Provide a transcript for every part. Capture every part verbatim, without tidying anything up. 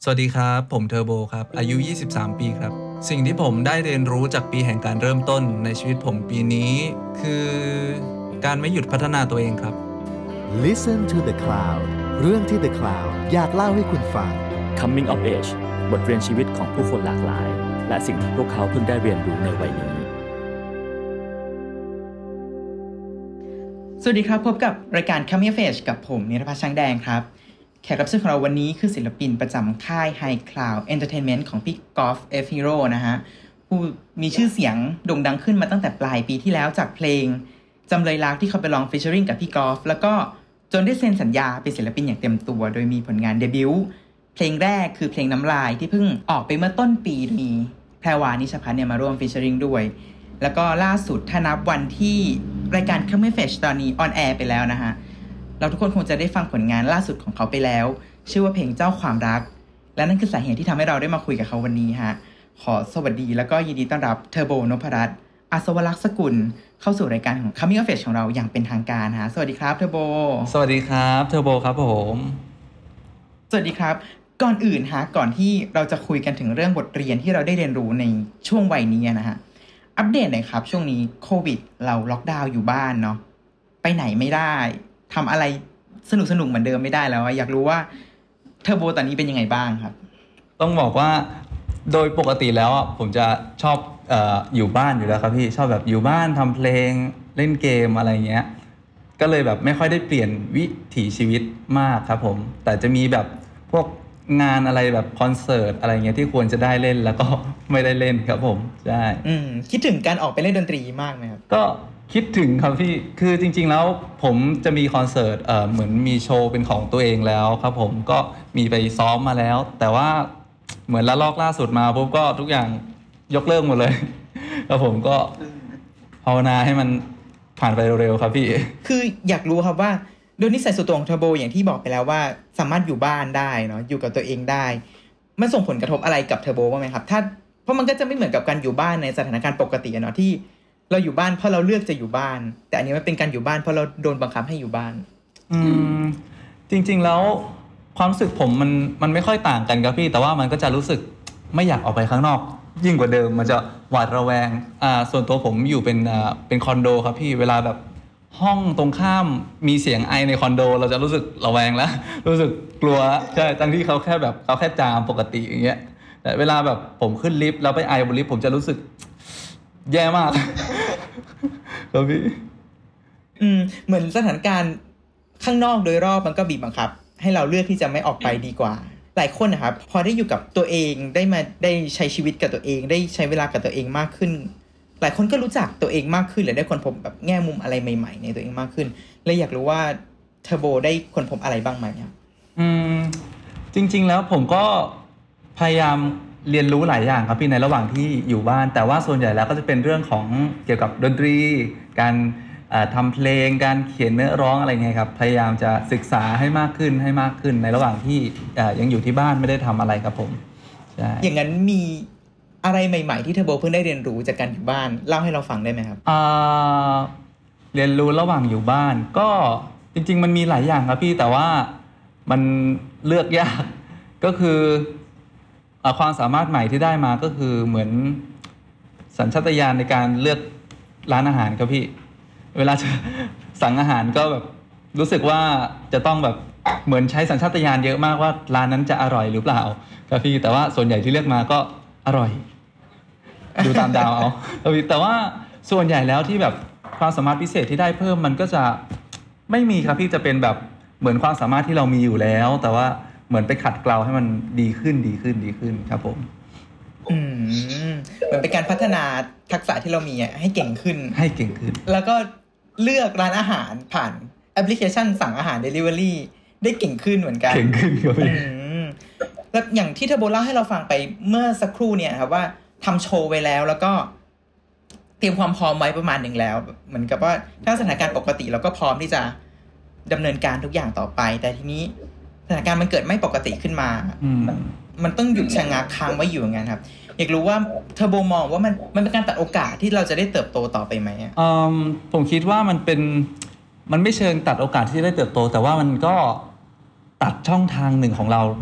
สวัสดีครับผมเทอร์โบครับอายุยี่สิบสามปีครับสิ่งที่ผมได้เรียนรู้จากปีแห่งการเริ่มต้นในชีวิตผมปีนี้คือการไม่หยุดพัฒนาตัวเองครับ Listen to the Cloud เรื่องที่ The Cloud อยากเล่าให้คุณฟัง Coming of Age บทเรียนชีวิตของผู้คนหลากหลายและสิ่งที่พวกเขาเพิ่งได้เรียนรู้ในวัยนี้สวัสดีครับพบกับรายการ Coming of Age กับผมนิรภัสช้างแดงครับแขกรับเชิญของเราวันนี้คือศิลปินประจำค่าย High Cloud Entertainment ของพี่กอล์ฟ F Hero นะฮะผู้มีชื่อเสียงโด่งดังขึ้นมาตั้งแต่ปลายปีที่แล้วจากเพลงจำเลยรักที่เขาไปลอง featuring กับพี่กอล์ฟแล้วก็จนได้เซ็นสัญญาเป็นศิลปินอย่างเต็มตัวโดยมีผลงานเดบิวต์เพลงแรกคือเพลงน้ำลายที่เพิ่งออกไปเมื่อต้นปีมีแพรวานิชพัฒน์เนี่ยมาร่วม featuring ด้วยแล้วก็ล่าสุดถ้านับวันที่รายการ Coming of Age ตอนนี้ on air ไปแล้วนะฮะเราทุกคนคงจะได้ฟังผลงานล่าสุดของเขาไปแล้วชื่อว่าเพลงเจ้าความรักและนั่นคือสาเหตุที่ทำให้เราได้มาคุยกับเขาวันนี้ฮะขอสวัสดีแล้วก็ยินดีต้อนรับเทอร์โบนพรัตน์อัศวลักษณ์สกุลเข้าสู่รายการของ Coming of Age ของเราอย่างเป็นทางการฮะสวัสดีครับเทอร์โบสวัสดีครับเทอร์โบครับผมสวัสดีครับก่อนอื่นฮะก่อนที่เราจะคุยกันถึงเรื่องบทเรียนที่เราได้เรียนรู้ในช่วงวัยนี้นะฮะอัปเดตหน่อยครับช่วงนี้โควิดเราล็อกดาวน์อยู่บ้านเนาะไปไหนไม่ได้ทำอะไรสนุกสนุกเหมือนเดิมไม่ได้แล้วอยากรู้ว่าเทอร์โบตอนนี้เป็นยังไงบ้างครับต้องบอกว่าโดยปกติแล้วผมจะชอบเอ่ออยู่บ้านอยู่แล้วครับพี่ชอบแบบอยู่บ้านทำเพลงเล่นเกมอะไรเงี้ยก็เลยแบบไม่ค่อยได้เปลี่ยนวิถีชีวิตมากครับผมแต่จะมีแบบพวกงานอะไรแบบคอนเสิร์ตอะไรเงี้ยที่ควรจะได้เล่นแล้วก็ไม่ได้เล่นครับผมใช่อืมคิดถึงการออกไปเล่นดนตรีมากไหมครับก็คิดถึงครับพี่คือจริงๆแล้วผมจะมีคอนเสิร์ตเอ่อเหมือนมีโชว์เป็นของตัวเองแล้วครับผมก็มีไปซ้อมมาแล้วแต่ว่าเหมือนละลอกล่าสุดมาปุ๊บก็ทุกอย่างยกเลิกหมดเลยแล้วผมก็ภาวนาให้มันผ่านไปเร็วๆครับพี่คืออยากรู้ครับว่าโดยนิสัยส่วนตัวของเทอร์โบอย่างที่บอกไปแล้วว่าสามารถอยู่บ้านได้เนาะอยู่กับตัวเองได้มันส่งผลกระทบอะไรกับเทอร์โบบ้างไหมครับถ้าเพราะมันก็จะไม่เหมือนกับการอยู่บ้านในสถานการณ์ปกติเนาะที่เราอยู่บ้านเพราะเราเลือกจะอยู่บ้านแต่อันนี้มันเป็นการอยู่บ้านเพราะเราโดนบังคับให้อยู่บ้านอืมจริงๆแล้วความรู้สึกผมมันมันไม่ค่อยต่างกันครับพี่แต่ว่ามันก็จะรู้สึกไม่อยากออกไปข้างนอกยิ่งกว่าเดิมมันจะหวาดระแวงอ่าส่วนตัวผมอยู่เป็นอ่าเป็นคอนโดครับพี่เวลาแบบห้องตรงข้ามมีเสียงไอในคอนโดเราจะรู้สึกระแวงแล้วรู้สึกกลัวใช่ทั้งที่เขาแค่แบบเขาแค่จามปกติอย่างเงี้ยแต่เวลาแบบผมขึ้นลิฟต์แล้วไปไอบนลิฟต์ผมจะรู้สึกแย่มากครับพี่อืมเหมือนสถานการณ์ข้างนอกโดยรอบมันก็บีบบังคับให้เราเลือกที่จะไม่ออกไปดีกว่าหลายคนนะครับพอได้อยู่กับตัวเองได้มาได้ใช้ชีวิตกับตัวเองได้ใช้เวลากับตัวเองมากขึ้นหลายคนก็รู้จักตัวเองมากขึ้นและได้ค้นพบแบบแง่มุมอะไรใหม่ๆในตัวเองมากขึ้นเลยอยากรู้ว่าเทอร์โบได้ค้นพบอะไรบ้างไหมครับอืมจริงๆแล้วผมก็พยายามเรียนรู้หลายอย่างครับพี่ในระหว่างที่อยู่บ้านแต่ว่าส่วนใหญ่แล้วก็จะเป็นเรื่องของเกี่ยวกับดนตรีการทำเพลงการเขียนเนื้อร้องอะไรเงี้ยครับพยายามจะศึกษาให้มากขึ้นให้มากขึ้นในระหว่างที่ยังอยู่ที่บ้านไม่ได้ทำอะไรครับผมใช่อย่างนั้นมีอะไรใหม่ๆที่เทอร์โบเพิ่งได้เรียนรู้จากการอยู่บ้านเล่าให้เราฟังได้ไหมครับอ่าเรียนรู้ระหว่างอยู่บ้านก็จริงๆมันมีหลายอย่างครับพี่แต่ว่ามันเลือกยากก็คือความสามารถใหม่ที่ได้มาก็คือเหมือนสัญชาตญาณในการเลือกร้านอาหารครับพี่เวลาจะสั่งอาหารก็แบบรู้สึกว่าจะต้องแบบเหมือนใช้สัญชาตญาณเยอะมากว่าร้านนั้นจะอร่อยหรือเปล่าครับพี่แต่ว่าส่วนใหญ่ที่เลือกมาก็อร่อยดูตามดาวเอาแต่ว่าส่วนใหญ่แล้วที่แบบความสามารถพิเศษที่ได้เพิ่มมันก็จะไม่มีครับพี่จะเป็นแบบเหมือนความสามารถที่เรามีอยู่แล้วแต่ว่าเหมือนไปขัดเกลาให้มันดีขึ้นดีขึ้นดีขึ้นครับผมอืมเหมือนเป็นการพัฒนาทักษะที่เรามีให้เก่งขึ้นให้เก่งขึ้นแล้วก็เลือกร้านอาหารผ่านแอปพลิเคชันสั่งอาหาร Delivery ได้เก่งขึ้นเหมือนกันเก่งขึ้นครับพี่แล้วอย่างที่เทอร์โบเล่าให้เราฟังไปเมื่อสักครู่เนี่ยครับว่าทำโชว์ไว้แล้วแล้วก็เตรียมความพร้อมไว้ประมาณหนึ่งแล้วเหมือนกับว่าถ้าสถานการณ์ปกติเราก็พร้อมที่จะดำเนินการทุกอย่างต่อไปแต่ทีนี้สถานการณ์มันเกิดไม่ปกติขึ้นมามันมันต้องหยุดชะงักค้างไว้อยู่อย่างนั้นครับอยากรู้ว่าเทอร์โบมองว่ามันมันเป็นการตัดโอกาสที่เราจะได้เติบโตต่อไปไหมอืมผมคิดว่ามันเป็นมันไม่เชิงตัดโอกาสที่จะได้เติบโตแต่ว่ามันก็ตัดช่องทางหนึ่งของเราแบบ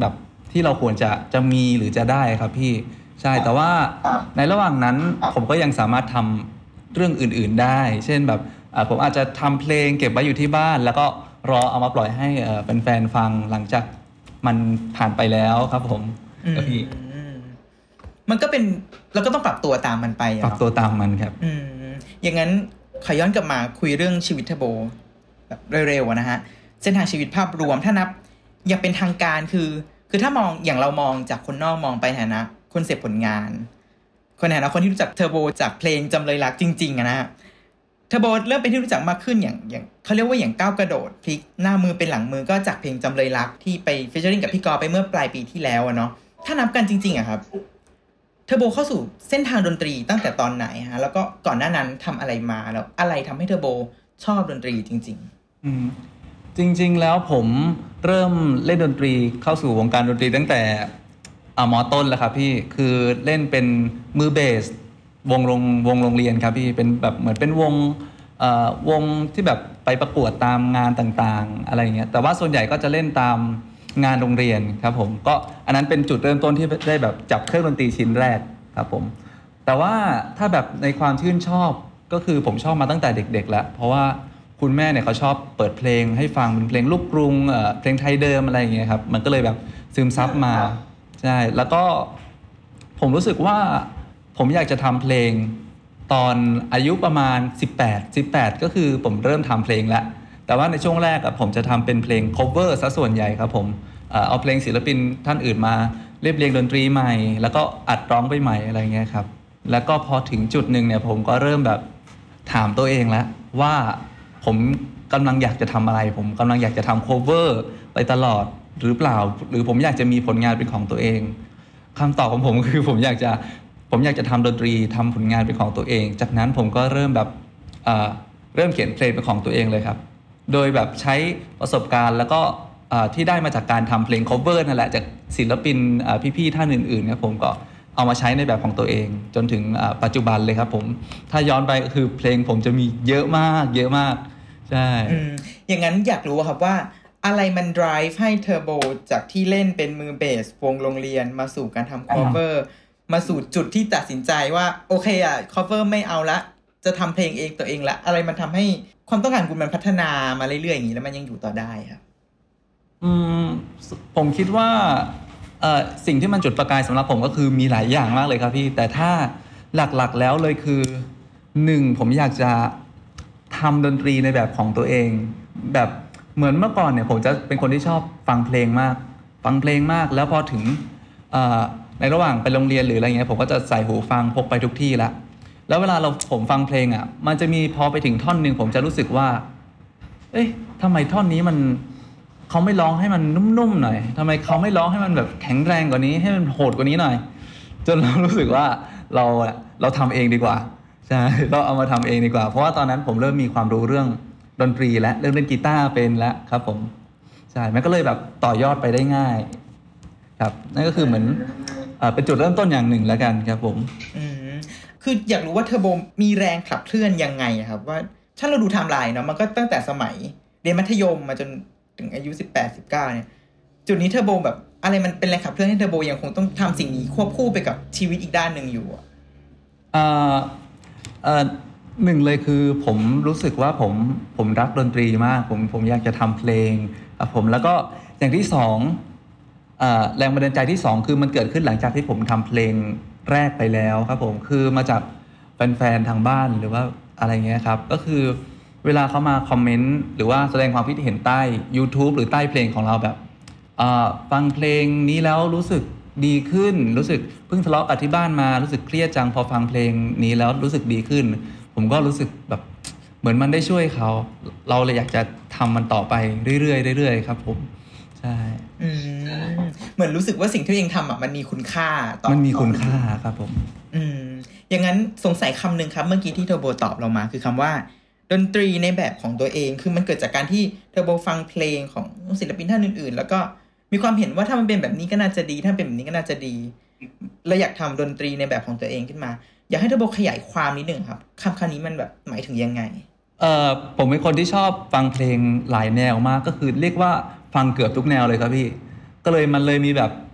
ที่เราควรจะจะมีหรือจะได้ครับพี่ใช่แต่ว่าในระหว่างนั้นผมก็ยังสามารถทำเรื่องอื่นๆได้เช่นแบบผมอาจจะทำเพลงเก็บไว้อยู่ที่บ้านแล้วก็รอเอามาปล่อยให้แฟนๆฟังหลังจากมันผ่านไปแล้วครับผมครับพี่มันก็เป็นเราก็ต้องปรับตัวตามมันไปปรับตัวตามมันครับอืมอย่างนั้นขอย้อนกลับมาคุยเรื่องชีวิตเทอร์โบแบบเร็วๆนะฮะเส้นทางชีวิตภาพรวมถ้านับอย่างเป็นทางการคือคือถ้ามองอย่างเรามองจากคนนอกมองไปฐานะคนเสพผลงานคนในฐานะคนที่รู้จักเทอร์โบจากเพลงจำเลยรักจริงๆอะนะฮะเทอร์โบเริ่มเป็นที่รู้จักมากขึ้นอย่างอย่างเขาเรียกว่าอย่างก้าวกระโดดพลิกหน้ามือเป็นหลังมือก็จากเพลงจำเลยรักที่ไปฟีเจอริ่งกับพี่กอไปเมื่อปลายปีที่แล้วอะเนาะถ้านับกันจริงๆอะครับเทอร์โบเข้าสู่เส้นทางดนตรีตั้งแต่ตอนไหนฮะแล้วก็ก่อนหน้านั้นทำอะไรมาแล้วอะไรทำให้เทอร์โบชอบดนตรีจริงๆอืมจริงๆแล้วผมเริ่มเล่นดนตรีเข้าสู่วงการดนตรีตั้งแต่อ่ามอต้นแล้วครับพี่คือเล่นเป็นมือเบสวงโรงวงโรงเรียนครับพี่เป็นแบบเหมือนเป็นวงเอ่อวงที่แบบไปประกวดตามงานต่างๆอะไรอย่างเงี้ยแต่ว่าส่วนใหญ่ก็จะเล่นตามงานโรงเรียนครับผมก็อันนั้นเป็นจุดเริ่มต้นที่ได้แบบจับเครื่องดนตรีชิ้นแรกครับผมแต่ว่าถ้าแบบในความชื่นชอบก็คือผมชอบมาตั้งแต่เด็กๆแล้วเพราะว่าคุณแม่เนี่ยเขาชอบเปิดเพลงให้ฟังเป็นเพลงลูกกรุงเอ่อเพลงไทยเดิมอะไรอย่างเงี้ยครับมันก็เลยแบบซึมซับมาใช่แล้วก็ผมรู้สึกว่าผมอยากจะทำเพลงตอนอายุประมาณสิบแปด สิบแปดก็คือผมเริ่มทำเพลงแล้วแต่ว่าในช่วงแรกอะผมจะทำเป็นเพลง cover ซะส่วนใหญ่ครับผมเอ่อเอาเพลงศิลปินท่านอื่นมาเรียบเรียงดนตรีใหม่แล้วก็อัดร้องไปใหม่อะไรเงี้ยครับแล้วก็พอถึงจุดหนึ่งเนี่ยผมก็เริ่มแบบถามตัวเองแล้วว่าผมกำลังอยากจะทำอะไรผมกำลังอยากจะทำ cover ไปตลอดหรือเปล่าหรือผมอยากจะมีผลงานเป็นของตัวเองคำตอบของผมคือผมอยากจะผมอยากจะทำดนตรีทำผลงานเป็นของตัวเองจากนั้นผมก็เริ่มแบบเอ่อเริ่มเขียนเพลงเป็นของตัวเองเลยครับโดยแบบใช้ประสบการณ์แล้วก็ที่ได้มาจากการทำเพลง cover นั่นแหละจากศิลปินพี่ๆท่านอื่นๆครับผมก็เอามาใช้ในแบบของตัวเองจนถึงปัจจุบันเลยครับผมถ้าย้อนไปก็คือเพลงผมจะมีเยอะมากเยอะมากใช่อืมอย่างนั้นอยากรู้ครับว่าอะไรมัน drive ให้เทอร์โบจากที่เล่นเป็นมือเบสวงโรงเรียนมาสู่การทำ cover มาสู่จุดที่ตัดสินใจว่าโอเคอ่ะ cover ไม่เอาละจะทำเพลงเองตัวเองละอะไรมันทำให้ความต้องการคุณมันพัฒนามาเรื่อยๆอย่างนี้แล้วมันยังอยู่ต่อได้ครับอืมผมคิดว่าเอ่อสิ่งที่มันจุดประกายสำหรับผมก็คือมีหลายอย่างมากเลยครับพี่แต่ถ้าหลักๆแล้วเลยคือหนึ่งผมอยากจะทำดนตรีในแบบของตัวเองแบบเหมือนเมื่อก่อนเนี่ยผมจะเป็นคนที่ชอบฟังเพลงมากฟังเพลงมากแล้วพอถึงเอ่อในระหว่างไปโรงเรียนหรืออะไรเงี้ยผมก็จะใส่หูฟังพกไปทุกที่ละแล้วเวลาเราผมฟังเพลงอ่ะมันจะมีพอไปถึงท่อนนึงผมจะรู้สึกว่าเอ๊ะทำไมท่อนนี้มันเขาไม่ร้องให้มันนุ่มๆหน่อยทำไมเขาไม่ร้องให้มันแบบแข็งแรงกว่านี้ให้มันโหดกว่านี้หน่อยจนเรารู้สึกว่าเราเราทำเองดีกว่าใช่เราเอามาทำเองดีกว่าเพราะว่าตอนนั้นผมเริ่มมีความรู้เรื่องดนตรีและเริ่มเล่นกีตาร์เป็นแล้วครับผมใช่มันก็เลยแบบต่อยอดไปได้ง่ายครับนั่นก็คือเหมือนเอ่อเป็นจุดเริ่มต้นอย่างหนึ่งแล้วกันครับผมอืมคืออยากรู้ว่าเทอร์โบมีแรงขับเคลื่อนยังไงครับว่าถ้าเราดูไทม์ไลน์เนาะมันก็ตั้งแต่สมัยเรียนมัธยมมาจนถึงอายุสิบแปด สิบเก้าเนี่ยจุดนี้เทอร์โบแบบอะไรมันเป็นแรงขับเคลื่อนให้เทอร์โบยังคงต้องทำสิ่งนี้ควบคู่ไปกับชีวิตอีกด้านนึงอยู่อ่ะเอ่อเอ่อหนึ่งเลยคือผมรู้สึกว่าผมผมรักดนตรีมากผมผมอยากจะทำเพลงครับผมแล้วก็อย่างที่สองเอ่อแรงบันดาลใจที่สองคือมันเกิดขึ้นหลังจากที่ผมทำเพลงแรกไปแล้วครับผมคือมาจากแฟนๆทางบ้านหรือว่าอะไรเงี้ยครับก็คือเวลาเขามาคอมเมนต์หรือว่าแสดงความคิดเห็นใต้ YouTube หรือใต้เพลงของเราแบบฟังเพลงนี้แล้วรู้สึกดีขึ้นรู้สึกเพิ่งทะเลาะกับที่บ้านมารู้สึกเครียดจังพอฟังเพลงนี้แล้วรู้สึกดีขึ้นผมก็รู้สึกแบบเหมือนมันได้ช่วยเขาเราเลยอยากจะทำมันต่อไปเรื่อยๆเรื่อยๆครับผมใช่อืมเหมือนรู้สึกว่าสิ่งที่ตัวเองทำอ่ะมันมีคุณค่าต่อมันมีคุณค่าครับผมอืมอย่างนั้นสงสัยคำหนึ่งครับเมื่อกี้ที่เทอร์โบตอบเรามาคือคำว่าดนตรีในแบบของตัวเองคือมันเกิดจากการที่เทอร์โบฟังเพลงของศิลปินท่านอื่นๆแล้วก็มีความเห็นว่าถ้ามันเป็นแบบนี้ก็น่าจะดีถ้าเป็นแบบนี้ก็น่าจะดีเราอยากทำดนตรีในแบบของตัวเองขึ้นมาอยากให้เทอร์โบขยายความนิดนึงครับคำคำนี้มันแบบหมายถึงยังไงเอ่อผมเป็นคนที่ชอบฟังเพลงหลายแนวมากก็คือเรียกว่าฟังเกือบทุกแนวเลยครับพี่ก็เลยมันเลยมีแบบ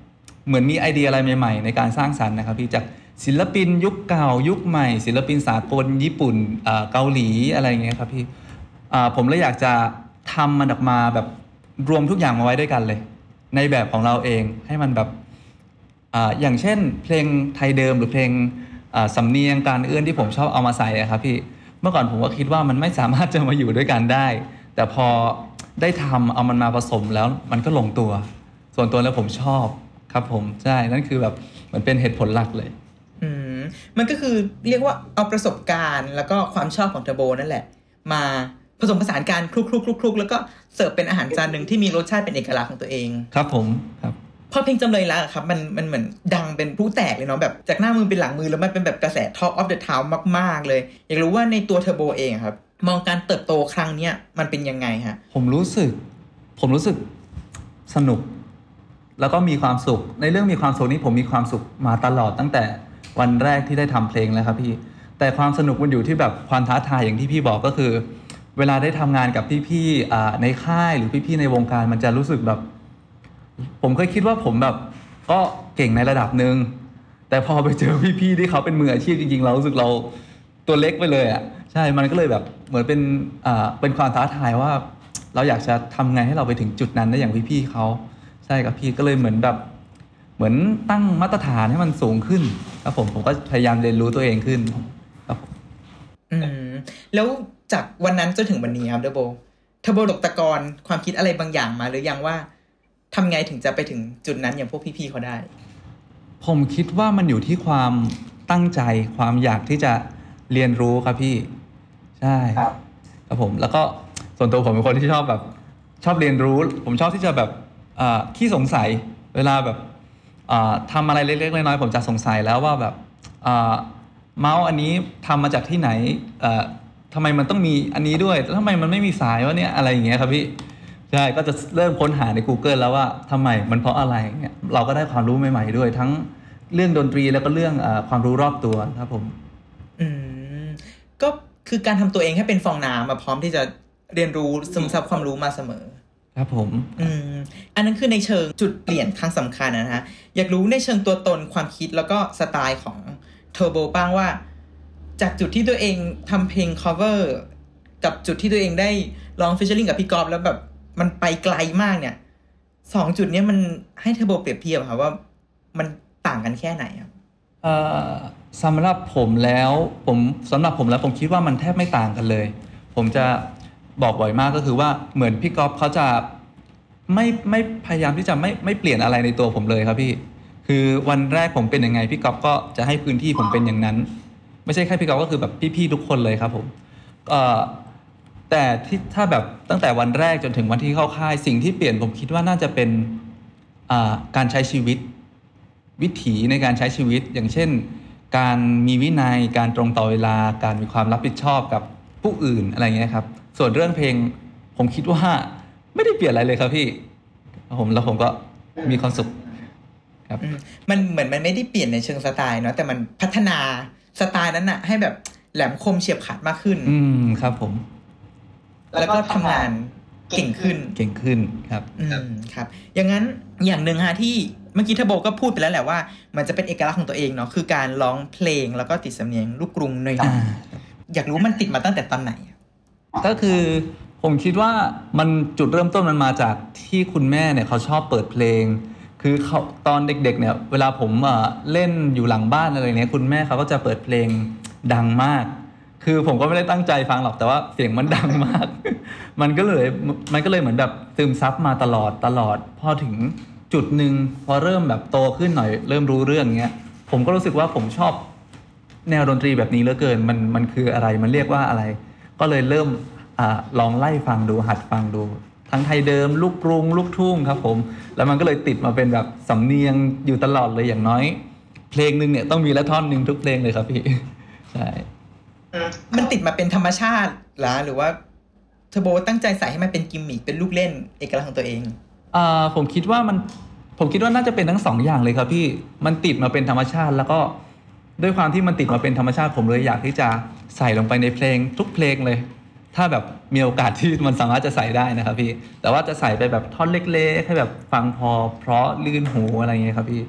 เหมือนมีไอเดียอะไรใหม่ๆในการสร้างสรรค์นะครับพี่จากศิลปินยุคเก่ายุคใหม่ศิลปินสากลญี่ปุ่นเกาหลีอะไรอย่างเงี้ยครับพี่ผมเลยอยากจะทำมันออกมาแบบรวมทุกอย่างมาไว้ด้วยกันเลยในแบบของเราเองให้มันแบบอ่าอย่างเช่นเพลงไทยเดิมหรือเพลงสำเนียงการเอื้อนที่ผมชอบเอามาใส่ครับพี่เมื่อก่อนผมก็คิดว่ามันไม่สามารถจะมาอยู่ด้วยกันได้แต่พอได้ทำเอามันมาผสมแล้วมันก็ลงตัวส่วนตัวแล้วผมชอบครับผมใช่นั่นคือแบบมันเป็นเหตุผลหลักเลยอืมมันก็คือเรียกว่าเอาประสบการณ์แล้วก็ความชอบของเทอร์โบนั่นแหละมาผสมผสานกันคลุกๆๆๆแล้วก็เสิร์ฟเป็นอาหารจานนึงที่มีรสชาติเป็นเอกลักษณ์ของตัวเองครับผมครับพอเพลงจำเลยรักครับมันมันเหมือนดังเป็นพลุแตกเลยเนาะแบบจากหน้ามือเป็นหลังมือแล้วมันเป็นแบบกระแส Talk of the Town มากๆเลยอยากรู้ว่าในตัวเทอร์โบเองครับมองการเติบโตครั้งเนี้ยมันเป็นยังไงฮะผมรู้สึกผมรู้สึกสนุกแล้วก็มีความสุขในเรื่องมีความสุขนี้ผมมีความสุขมาตลอดตั้งแต่วันแรกที่ได้ทำเพลงแล้วครับพี่แต่ความสนุกมันอยู่ที่แบบความท้าทายอย่างที่พี่บอกก็คือเวลาได้ทำงานกับพี่ๆในค่ายหรือพี่ๆในวงการมันจะรู้สึกแบบผมเคยคิดว่าผมแบบก็เก่งในระดับหนึ่งแต่พอไปเจอพี่ๆที่เขาเป็นมืออาชีพจริงๆเรารู้สึกเราตัวเล็กไปเลยอ่ะใช่มันก็เลยแบบเหมือนเป็นอ่าเป็นความท้าทายว่าเราอยากจะทำไงให้เราไปถึงจุดนั้นได้อย่างพี่ๆเขาใช่ครับพี่ก็เลยเหมือนแบบเหมือนตั้งมาตรฐานให้มันสูงขึ้นครับผมผมก็พยายามเรียนรู้ตัวเองขึ้นครับผมอืมแล้วจากวันนั้นจนถึงวันนี้ครับเทอร์โบเทอร์โบตกตะกอนความคิดอะไรบางอย่างมาหรือยังว่าทำไงถึงจะไปถึงจุดนั้นอย่างพวกพี่ๆเขาได้ผมคิดว่ามันอยู่ที่ความตั้งใจความอยากที่จะเรียนรู้ครับพี่ใช่ครับครับผมแล้วก็ส่วนตัวผมเป็นคนที่ชอบแบบชอบเรียนรู้ผมชอบที่จะแบบขี้สงสัยเวลาแบบทำอะไรเล็กๆน้อยๆผมจะสงสัยแล้วว่าแบบเมาส์อันนี้ทำมาจากที่ไหนทำไมมันต้องมีอันนี้ด้วยแล้วทำไมมันไม่มีสายวะเนี่ยอะไรอย่างเงี้ยครับพี่ใช่ก็จะเริ่มค้นหาใน Google แล้วว่าทำไมมันเพราะอะไรเงี้ยเราก็ได้ความรู้ใหม่ๆด้วยทั้งเรื่องดนตรีแล้วก็เรื่องอความรู้รอบตัวครับผมอืมก็คือการทำตัวเองให้เป็นฟองน้ำมาพร้อมที่จะเรียนรู้ซึมซับความรู้มาเสมอครับผมอืมอันนั้นคือในเชิงจุดเปลี่ยนครั้งสำคัญนะฮะอยากรู้ในเชิงตัวตนความคิดแล้วก็สไตล์ของเทอร์โบบ้างว่าจากจุดที่ตัวเองทำเพลง cover กับจุดที่ตัวเองได้ลอง featuring กับพี่กอล์ฟแล้วแบบมันไปไกลมากเนี่ยสองจุดนี้มันให้เทอร์โบเปรียบเทียบครับว่ามันต่างกันแค่ไหนครับเอ่อสำหรับผมแล้วผมสำหรับผมแล้วผมคิดว่ามันแทบไม่ต่างกันเลยผมจะบอกบ่อยมากก็คือว่าเหมือนพี่กอล์ฟเขาจะไม่ไม่พยายามที่จะไม่ไม่เปลี่ยนอะไรในตัวผมเลยครับพี่คือวันแรกผมเป็นยังไงพี่กอล์ฟก็จะให้พื้นที่ผมเป็นอย่างนั้นไม่ใช่แค่พี่กอล์ฟก็คือแบบพี่ๆทุกคนเลยครับผมเอ่อแต่ที่ถ้าแบบตั้งแต่วันแรกจนถึงวันที่เข้าค่ายสิ่งที่เปลี่ยนผมคิดว่าน่าจะเป็นการใช้ชีวิตวิถีในการใช้ชีวิตอย่างเช่นการมีวินัยการตรงต่อเวลาการมีความรับผิดชอบกับผู้อื่นอะไรเงี้ยครับส่วนเรื่องเพลงผมคิดว่าไม่ได้เปลี่ยนอะไรเลยครับพี่ผมแล้วผมก็มีความสุขครับมันเหมือนมันไม่ได้เปลี่ยนในเชิงสไตล์เนาะแต่มันพัฒนาสไตล์นั้นน่ะให้แบบแหลมคมเฉียบขาดมากขึ้นอืมครับผมแล้วก็ทำงานเก่งขึ้นเก่งขึ้นครับอืมครับอย่างนั้นอย่างหนึ่งฮะที่เมื่อกี้เทอร์โบก็พูดไปแล้วแหละว่ามันจะเป็นเอกลักษณ์ของตัวเองเนาะคือการร้องเพลงแล้วก็ติดสำเนียงลูกกรุงหน่อยๆอยากรู้มันติดมาตั้งแต่ตอนไหนก็คือผมคิดว่ามันจุดเริ่มต้นมันมาจากที่คุณแม่เนี่ยเขาชอบเปิดเพลงคือเขาตอนเด็กๆเนี่ยเวลาผมเล่นอยู่หลังบ้านอะไรเนี้ยคุณแม่เขาก็จะเปิดเพลงดังมากคือผมก็ไม่ได้ตั้งใจฟังหรอกแต่ว่าเสียงมันดังมากมันก็เลยมันก็เลยเหมือนแบบซึมซับมาตลอดตลอดพอถึงจุดหนึ่งพอเริ่มแบบโตขึ้นหน่อยเริ่มรู้เรื่องเงี้ยผมก็รู้สึกว่าผมชอบแนวดนตรีแบบนี้เหลือเกินมันมันคืออะไรมันเรียกว่าอะไรก็เลยเริ่มอ่าลองไล่ฟังดูหัดฟังดูทั้งไทยเดิมลูกกรุงลูกทุ่งครับผมแล้วมันก็เลยติดมาเป็นแบบสำเนียงอยู่ตลอดเลยอย่างน้อยเพลงนึงเนี่ยต้องมีละท่อนนึงทุกเพลงเลยครับพี่ใช่มันติดมาเป็นธรรมชาติหรอหรือว่าเทอร์โบตั้งใจใส่ให้มันเป็นกิมมิคเป็นลูกเล่นเอกลักษณ์ของตัวเองอ่าผมคิดว่ามันผมคิดว่าน่าจะเป็นทั้งสองอย่างเลยครับพี่มันติดมาเป็นธรรมชาติแล้วก็ด้วยความที่มันติดมาเป็นธรรมชาติผมเลยอยากที่จะใส่ลงไปในเพลงทุกเพลงเลยถ้าแบบมีโอกาสที่มันสามารถจะใส่ได้นะครับพี่แต่ว่าจะใส่ไปแบบท่อนเล็กๆให้แบบฟังพอเพราะลื่นหูอะไรอย่างเงี้ยครับพี่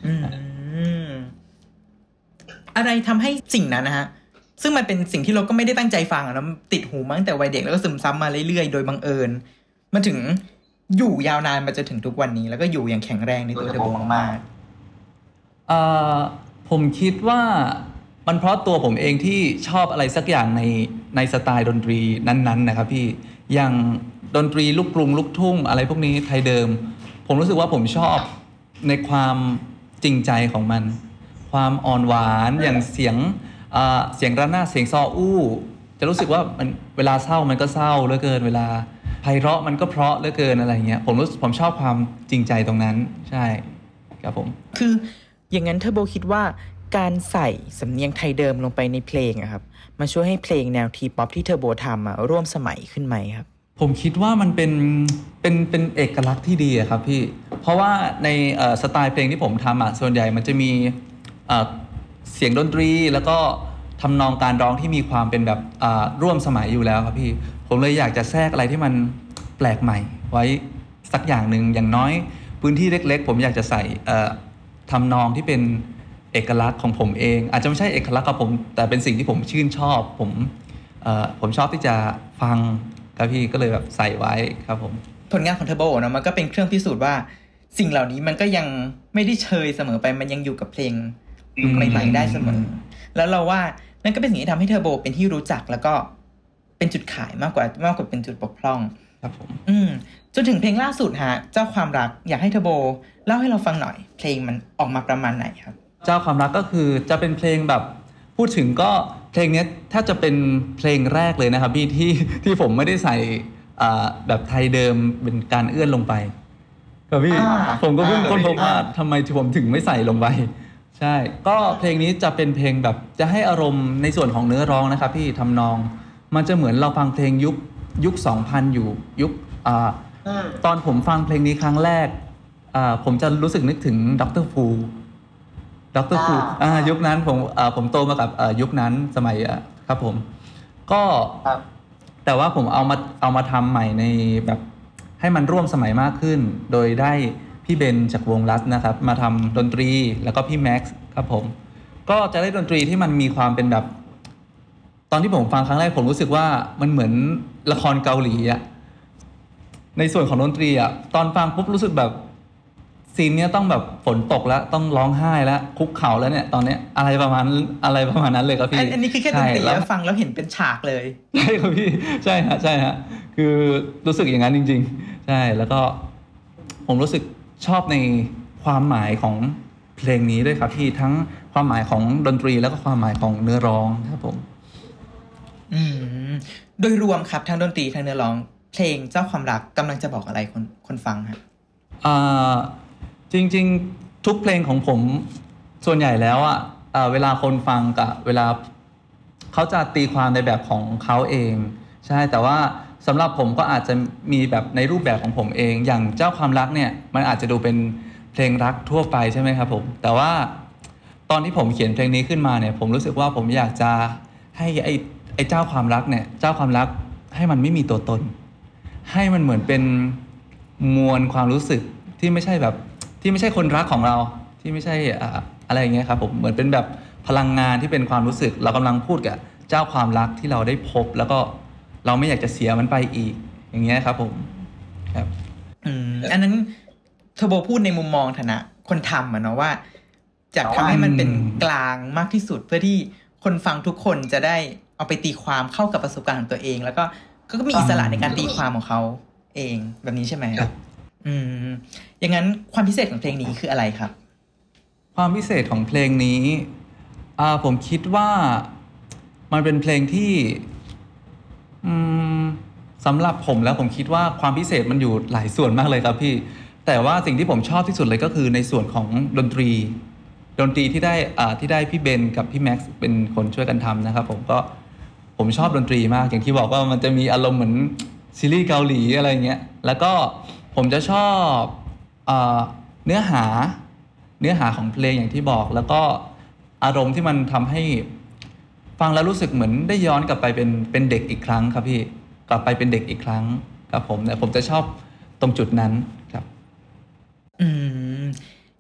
อืมอะไรทำให้สิ่งนั้นนะฮะซึ่งมันเป็นสิ่งที่เราก็ไม่ได้ตั้งใจฟังอะนะติดหูมาตั้งแต่วัยเด็กแล้วก็ซึมซับมาเรื่อยๆโดยบังเอิญมันถึงอยู่ยาวนานมาจนถึงทุกวันนี้แล้วก็อยู่อย่างแข็งแรงในตัวเทอร์โบมากเอ่อผมคิดว่ามันเพราะตัวผมเองที่ชอบอะไรสักอย่างในในสไตล์ดนตรีนั้นๆนะครับพี่อย่างดนตรีลูกกรุงลูกทุ่งอะไรพวกนี้ไทยเดิมผมรู้สึกว่าผมชอบในความจริงใจของมันความอ่อนหวานอย่างเสียงเอ่อเสียงระนาดเสียงซออู้จะรู้สึกว่ามันเวลาเศร้ามันก็เศร้าเหลือเกินเวลาไพเราะมันก็เพราะเหลือเกินอะไรเงี้ยผมรู้ผมชอบความจริงใจตรงนั้นใช่ครับผมคืออย่างนั้นเทอร์โบคิดว่าการใส่สำเนียงไทยเดิมลงไปในเพลงอะครับมันช่วยให้เพลงแนวทีป๊อปที่เทอร์โบทำอะร่วมสมัยขึ้นไหมครับผมคิดว่ามันเป็นเป็นเป็นเอกลักษณ์ที่ดีอะครับพี่เพราะว่าในสไตล์เพลงที่ผมทำอะส่วนใหญ่มันจะมีเสียงดนตรีแล้วก็ทำนองการร้องที่มีความเป็นแบบร่วมสมัยอยู่แล้วครับพี่ผมเลยอยากจะแทรกอะไรที่มันแปลกใหม่ไว้สักอย่างหนึ่งอย่างน้อยพื้นที่เล็กๆผมอยากจะใส่ทำนองที่เป็นเอกลักษณ์ของผมเองอาจจะไม่ใช่เอกลักษณ์ของผมแต่เป็นสิ่งที่ผมชื่นชอบผมเอ่อผมชอบที่จะฟังครับพี่ก็เลยแบบใส่ไว้ครับผมผลงานของเทอร์โบนะมันก็เป็นเครื่องพิสูจน์ว่าสิ่งเหล่านี้มันก็ยังไม่ได้เชยเสมอไปมันยังอยู่กับเพลงยุคใหม่ๆได้เสมอแล้วเราว่านั่นก็เป็นสิ่งที่ทำให้เทอร์โบเป็นที่รู้จักแล้วก็เป็นจุดขายมากกว่ามากกว่าเป็นจุดบกพร่องครับผมอืมจนถึงเพลงล่าสุดฮะเจ้าความรักอยากให้เทอร์โบเล่าให้เราฟังหน่อยเพลงมันออกมาประมาณไหนครับเจ้าความรักก็คือจะเป็นเพลงแบบพูดถึงก็เพลงนี้ถ้าจะเป็นเพลงแรกเลยนะครับพี่ที่ที่ผมไม่ได้ใส่แบบไทยเดิมเป็นการเอื้อนลงไปครับพี่ผมก็เพิ่งค้นพบว่าทำไมผมถึงไม่ใส่ลงไปใช่ก็เพลงนี้จะเป็นเพลงแบบจะให้อารมณ์ในส่วนของเนื้อร้องนะครับพี่ทำนองมันจะเหมือนเราฟังเพลงยุคยุคสองพันอยู่ยุคตอนผมฟังเพลงนี้ครั้งแรกผมจะรู้สึกนึกถึงด็อกเตอร์ฟูด็อกเตอร์ฟูอ่ายุคนั้นผมอ่าผมโตมากับอ่ายุคนั้นสมัยอ่ะครับผมก็แต่ว่าผมเอามาเอามาทำใหม่ในแบบให้มันร่วมสมัยมากขึ้นโดยได้พี่เบนจากวงลัสนะครับมาทำดนตรีแล้วก็พี่แม็กซ์ครับผมก็จะได้ดนตรีที่มันมีความเป็นแบบตอนที่ผมฟังครั้งแรกผมรู้สึกว่ามันเหมือนละครเกาหลีอะในส่วนของดนตรีอะตอนฟังปุ๊บรู้สึกแบบซีนเนี้ยต้องแบบฝนตกแล้วต้องร้องไห้แล้วคุกเข่าแล้วเนี่ยตอนเนี้ยอะไรประมาณอะไรประมาณนั้นเลยครับพี่อันนี้คือแค่ดนตรีแล้วฟังแล้วเห็นเป็นฉากเลยใช่ครับพี่ใช่ฮะใช่ฮะคือรู้สึกอย่างนั้นจริงๆใช่แล้วก็ผมรู้สึกชอบในความหมายของเพลงนี้ด้วยครับพี่ทั้งความหมายของดนตรีแล้วก็ความหมายของเนื้อร้องครับผมอืมโดยรวมครับทั้งดนตรีทั้งเนื้อร้องเพลงเจ้าความรักกำลังจะบอกอะไรคนคนฟังฮะอ่าจริงๆทุกเพลงของผมส่วนใหญ่แล้วอ่ะเวลาคนฟังกับเวลาเขาจะตีความในแบบของเขาเองใช่แต่ว่าสำหรับผมก็อาจจะมีแบบในรูปแบบของผมเองอย่างเจ้าความรักเนี่ยมันอาจจะดูเป็นเพลงรักทั่วไปใช่ไหมครับผมแต่ว่าตอนที่ผมเขียนเพลงนี้ขึ้นมาเนี่ยผมรู้สึกว่าผมอยากจะให้ไอ้ไอ้เจ้าความรักเนี่ยเจ้าความรักให้มันไม่มีตัวตนให้มันเหมือนเป็นมวลความรู้สึกที่ไม่ใช่แบบที่ไม่ใช่คนรักของเราที่ไม่ใช่อะไรอย่างเงี้ยครับผมเหมือนเป็นแบบพลังงานที่เป็นความรู้สึกเรากำลังพูดกับเจ้าความรักที่เราได้พบแล้วก็เราไม่อยากจะเสียมันไปอีกอย่างเงี้ยครับผมครับอืมอันนั้นเทอร์โบพูดในมุมมองฐานะคนทำอะเนาะว่าจะทำให้มันเป็นกลางมากที่สุดเพื่อที่คนฟังทุกคนจะได้เอาไปตีความเข้ากับประสบการณ์ของตัวเองแล้วก็ก็มีอิสระในการตีความของเขาเองแบบนี้ใช่ไหมครับอืมอย่างนั้นความพิเศษของเพลงนี้คืออะไรครับความพิเศษของเพลงนี้อ่าผมคิดว่ามันเป็นเพลงที่อืมสำหรับผมแล้วผมคิดว่าความพิเศษมันอยู่หลายส่วนมากเลยครับพี่แต่ว่าสิ่งที่ผมชอบที่สุดเลยก็คือในส่วนของดนตรีดนตรีที่ได้อ่าที่ได้พี่เบนกับพี่แม็กซ์เป็นคนช่วยกันทำนะครับผมก็ผมชอบดนตรีมากอย่างที่บอกว่ามันจะมีอารมณ์เหมือนซีรีส์เกาหลีอะไรเงี้ยแล้วก็ผมจะชอบเอ่อเนื้อหาเนื้อหาของเพลงอย่างที่บอกแล้วก็อารมณ์ที่มันทำให้ฟังแล้วรู้สึกเหมือนได้ย้อนกลับไปเป็นเป็นเด็กอีกครั้งครับพี่กลับไปเป็นเด็กอีกครั้งครับผมแต่ผมจะชอบตรงจุดนั้นครับอืม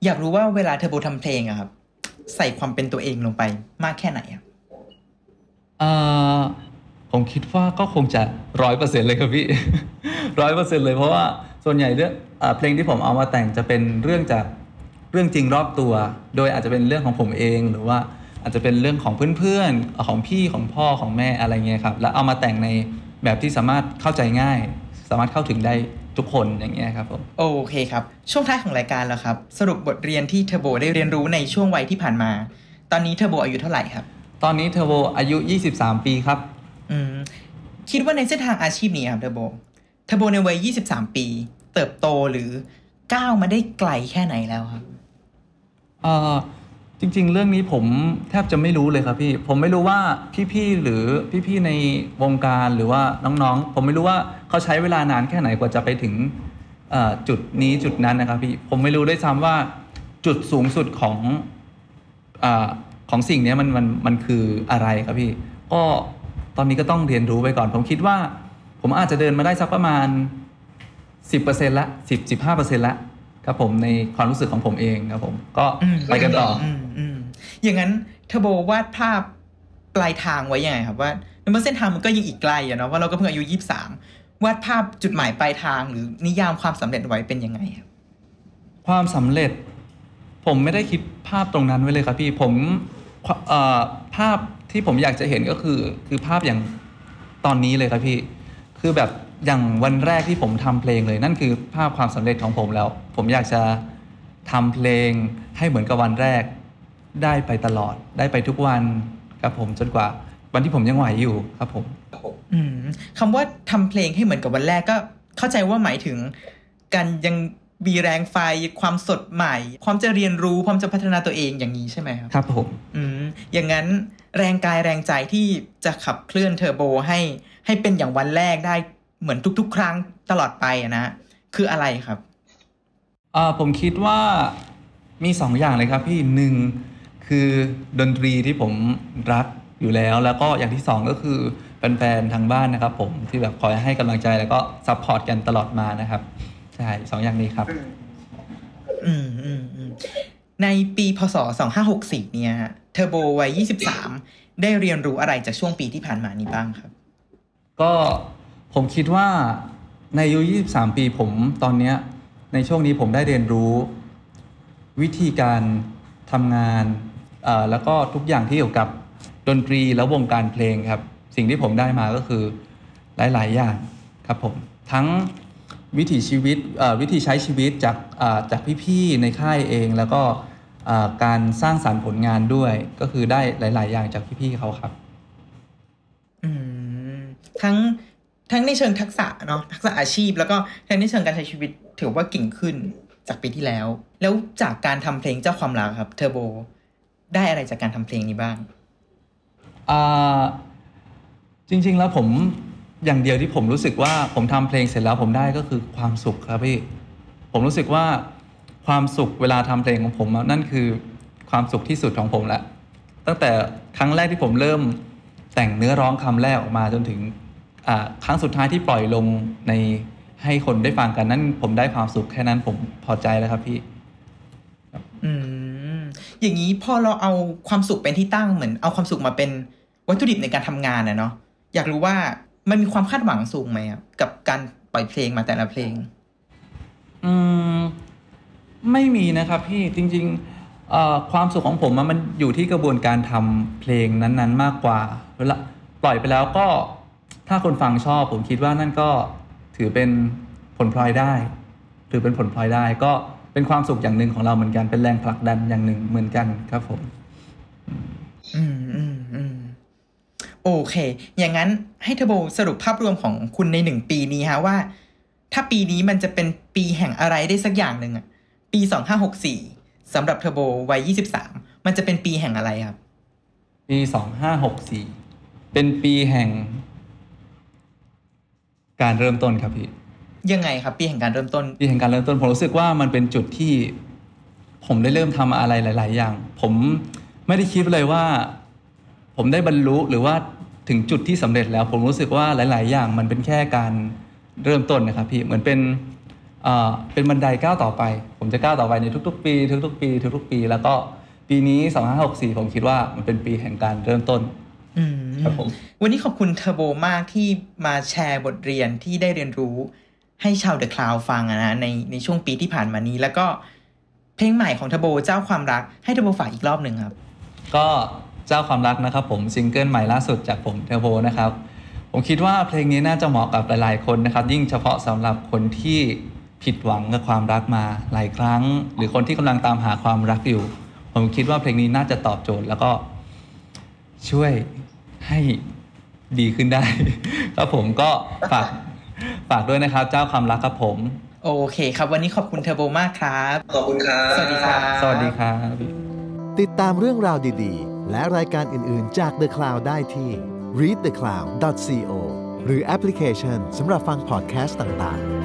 อยากรู้ว่าเวลาเทอร์โบทำเพลงอะครับใส่ความเป็นตัวเองลงไปมากแค่ไหนครับเอ่อผมคิดว่าก็คงจะร้อยเปอร์เซ็นต์เลยครับพี่ ร้อยเปอร์เซ็นต์เลยเพราะว่าส่วนใหญ่เรื่องอ่าเพลงที่ผมเอามาแต่งจะเป็นเรื่องจากเรื่องจริงรอบตัว โดยอาจจะเป็นเรื่องของผมเองหรือว่าอาจจะเป็นเรื่องของเพื่อนๆของพี่ของพ่อของแม่อะไรเงี้ยครับแล้วเอามาแต่งในแบบที่สามารถเข้าใจง่ายสามารถเข้าถึงได้ทุกคนอย่างเงี้ยครับผมโอเคครับช่วงท้ายของรายการแล้วครับสรุปบทเรียนที่เทอร์โบได้เรียนรู้ในช่วงวัยที่ผ่านมาตอนนี้เทอร์โบอายุเท่าไหร่ครับตอนนี้เทอร์โบอายุยี่สิบสามปีครับอืมคิดว่าในเส้นทางอาชีพนี้ครับเทอร์โบเทอร์โบในวัยยี่สิบสามปีเติบโตหรือก้าวมาได้ไกลแค่ไหนแล้วครับเอ่อจริงๆเรื่องนี้ผมแทบจะไม่รู้เลยครับพี่ผมไม่รู้ว่าพี่ๆหรือพี่ๆในวงการหรือว่าน้องๆผมไม่รู้ว่าเขาใช้เวลานานแค่ไหนกว่าจะไปถึงจุดนี้จุดนั้นนะครับพี่ผมไม่รู้ด้วยซ้ำว่าจุดสูงสุดของอ่าของสิ่งนี้มันมันมันคืออะไรครับพี่ก็ตอนนี้ก็ต้องเรียนรู้ไปก่อนผมคิดว่าผมอาจจะเดินมาได้สักประมาณ สิบเปอร์เซ็นต์ ละสิบ สิบห้าเปอร์เซ็นต์ ละครับผมในความรู้สึกของผมเองครับผมก็ไปกันต่ออืมอย่างนั้นเทอร์โบวาดภาพปลายทางไว้ยังไงครับว่าในเมื่อเส้นทางมันก็ยังอีกไกลอะเนาะว่าเราก็เพิ่งอายุยี่สิบสามวาดภาพจุดหมายปลายทางหรือนิยามความสำเร็จไว้เป็นยังไงครับความสำเร็จผมไม่ได้คิดภาพตรงนั้นไว้เลยครับพี่ผมเอ่อภาพที่ผมอยากจะเห็นก็คือคือภาพอย่างตอนนี้เลยครับพี่คือแบบอย่างวันแรกที่ผมทำเพลงเลยนั่นคือภาพความสำเร็จของผมแล้วผมอยากจะทำเพลงให้เหมือนกับวันแรกได้ไปตลอดได้ไปทุกวันครับผมจนกว่าวันที่ผมยังไหวอยู่ครับผมอืมคำว่าทำเพลงให้เหมือนกับวันแรกก็เข้าใจว่าหมายถึงการยังมีแรงไฟความสดใหม่ความจะเรียนรู้ความจะพัฒนาตัวเองอย่างนี้ใช่ไหมครับครับผมอืมอย่างนั้นแรงกายแรงใจที่จะขับเคลื่อนเทอร์โบให้ให้เป็นอย่างวันแรกได้เหมือนทุกๆครั้งตลอดไปอะนะคืออะไรครับอ่าผมคิดว่ามีสองอย่างเลยครับพี่หนึ่งคือดนตรีที่ผมรักอยู่แล้วแล้วก็อย่างที่สองก็คือแฟนๆทางบ้านนะครับผมที่แบบคอยให้กำลังใจแล้วก็ซัพพอร์ตกันตลอดมานะครับใช่สองอย่างนี้ครับอืมอืมอืมในปีพ.ศ. สองพันห้าร้อยหกสิบสี่เนี่ยเทอร์โบวัยยี่สิบสามได้เรียนรู้อะไรจากช่วงปีที่ผ่านมานี้บ้างครับก็ผมคิดว่าในอายุยี่สิบสามปีผมตอนนี้ในช่วงนี้ผมได้เรียนรู้วิธีการทำงานแล้วก็ทุกอย่างที่เกี่ยวกับดนตรีและวงการเพลงครับสิ่งที่ผมได้มาก็คือหลายๆอย่างครับผมทั้งวิถีชีวิตวิธีใช้ชีวิตจากจากพี่ๆในค่ายเองแล้วก็การสร้างสรรค์ผลงานด้วยก็คือได้หลายๆอย่างจากพี่ๆเขาครับอืมทั้งทั้งในเชิงทักษะเนาะทักษะอาชีพแล้วก็ทั้งในเชิงการใช้ชีวิตถือว่าเก่งขึ้นจากปีที่แล้วแล้วจากการทำเพลงเจ้าความรักครับเทอร์โบได้อะไรจากการทำเพลงนี้บ้างอ่าจริงๆแล้วผมอย่างเดียวที่ผมรู้สึกว่าผมทำเพลงเสร็จแล้วผมได้ก็คือความสุขครับพี่ผมรู้สึกว่าความสุขเวลาทำเพลงของผมนั่นคือความสุขที่สุดของผมละตั้งแต่ครั้งแรกที่ผมเริ่มแต่งเนื้อร้องคำแรกออกมาจนถึงครั้งสุดท้ายที่ปล่อยลงในให้คนได้ฟังกันนั่นผมได้ความสุขแค่นั้นผมพอใจแล้วครับพี่อืมอย่างนี้พอเราเอาความสุขเป็นที่ตั้งเหมือนเอาความสุขมาเป็นวัตถุดิบในการทำงานนะเนาะอยากรู้ว่ามันมีความคาดหวังสูงไหมครับกับการปล่อยเพลงมาแต่ละเพลงอืมไม่มีนะครับพี่จริงๆความสุขของผมมันอยู่ที่กระบวนการทำเพลงนั้นๆมากกว่าเวลาปล่อยไปแล้วก็ถ้าคนฟังชอบผมคิดว่านั่นก็ถือเป็นผลพลอยได้ถือเป็นผลพลอยได้ก็เป็นความสุขอย่างหนึ่งของเราเหมือนกันเป็นแรงผลักดันอย่างหนึ่งเหมือนกันครับผมอืมอืมอืมโอเคอย่างนั้นให้เทอร์โบสรุปภาพรวมของคุณในหนึ่งปีนี้ฮะว่าถ้าปีนี้มันจะเป็นปีแห่งอะไรได้สักอย่างหนึ่งอ่ะปีสองพันห้าร้อยหกสิบสี่สำหรับเทอร์โบวัยยี่สิบสามมันจะเป็นปีแห่งอะไรครับปีสองพันห้าร้อยหกสิบสี่เป็นปีแห่งการเริ่มต้นครับพี่ยังไงครับปีแห่งการเริ่มต้นปีแห่งการเริ่มต้นผมรู้สึกว่ามันเป็นจุดที่ผมได้เริ่มทำอะไรหลายๆอย่างผมไม่ได้คิดเลยว่าผมได้บรรลุหรือว่าถึงจุดที่สำเร็จแล้วผมรู้สึกว่าหลายๆอย่างมันเป็นแค่การเริ่มต้นนะครับพี่เหมือนเป็นเอ่อเป็นบันไดก้าวต่อไปผมจะก้าวต่อไปในทุกๆปีทุกๆปีทุกๆปีแล้วก็ปีนี้สองพันห้าร้อยหกสิบสี่ผมคิดว่ามันเป็นปีแห่งการเริ่มต้นอืมครับผมวันนี้ขอบคุณเทอร์โบมากที่มาแชร์บทเรียนที่ได้เรียนรู้ให้ชาว The Cloud ฟังนะในในช่วงปีที่ผ่านมานี้แล้วก็เพลงใหม่ของเทอร์โบเจ้าความรักให้เทอร์โบฝากอีกรอบหนึ่งครับก็เจ้าความรักนะครับผมซิงเกิลใหม่ล่าสุดจากผมเทอร์โบนะครับผมคิดว่าเพลงนี้น่าจะเหมาะกับหลายๆคนนะครับยิ่งเฉพาะสำหรับคนที่ผิดหวังกับความรักมาหลายครั้งหรือคนที่กำลังตามหาความรักอยู่ผมคิดว่าเพลงนี้น่าจะตอบโจทย์แล้วก็ช่วยให้ดีขึ้นได้ ครับผมก็ฝากฝากด้วยนะครับเจ้าความรักครับผมโอเคครับวันนี้ขอบคุณเทอร์โบมากครับขอบคุณครับสวัสดีครับสวัสดีครับติดตามเรื่องราวดีๆและรายการอื่นๆจาก The Cloud ได้ที่ รีด เดอะ คลาวด์ ดอท ซี โอ หรือแอปพลิเคชันสำหรับฟังพอดแคสต์ต่างๆ